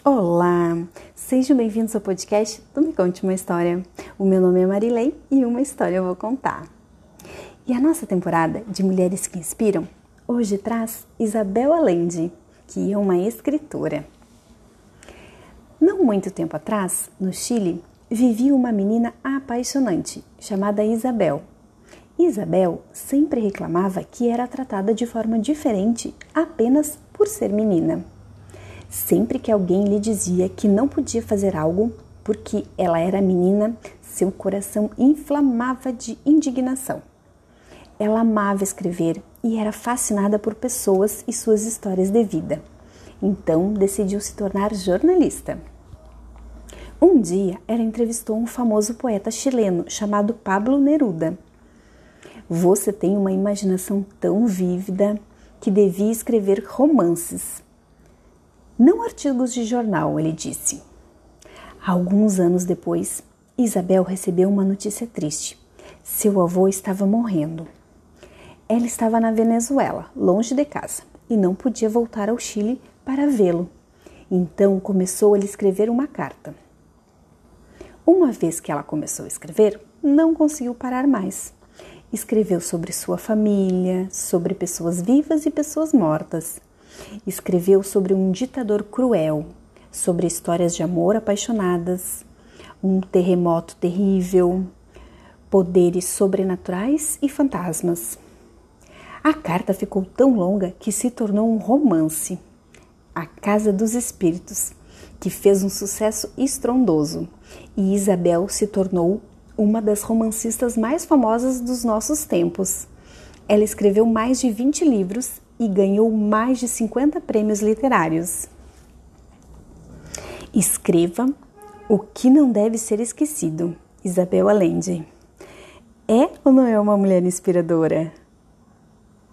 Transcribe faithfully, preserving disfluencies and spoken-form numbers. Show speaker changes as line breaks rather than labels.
Olá! Sejam bem-vindos ao podcast do Me Conte Uma História. O meu nome é Marilei e uma história eu vou contar. E a nossa temporada de Mulheres que Inspiram hoje traz Isabel Allende, que é uma escritora. Não muito tempo atrás, no Chile, vivia uma menina apaixonante chamada Isabel. Isabel sempre reclamava que era tratada de forma diferente apenas por ser menina. Sempre que alguém lhe dizia que não podia fazer algo porque ela era menina, seu coração inflamava de indignação. Ela amava escrever e era fascinada por pessoas e suas histórias de vida. Então decidiu se tornar jornalista. Um dia ela entrevistou um famoso poeta chileno chamado Pablo Neruda. Você tem uma imaginação tão vívida que devia escrever romances. Não artigos de jornal, ele disse. Alguns anos depois, Isabel recebeu uma notícia triste. Seu avô estava morrendo. Ela estava na Venezuela, longe de casa, e não podia voltar ao Chile para vê-lo. Então começou a lhe escrever uma carta. Uma vez que ela começou a escrever, não conseguiu parar mais. Escreveu sobre sua família, sobre pessoas vivas e pessoas mortas. Escreveu sobre um ditador cruel, sobre histórias de amor apaixonadas, um terremoto terrível, poderes sobrenaturais e fantasmas. A carta ficou tão longa que se tornou um romance, A Casa dos Espíritos, que fez um sucesso estrondoso, e Isabel se tornou uma das romancistas mais famosas dos nossos tempos. Ela escreveu mais de vinte livros e ganhou mais de cinquenta prêmios literários. Escreva o que não deve ser esquecido. Isabel Allende. É ou não é uma mulher inspiradora?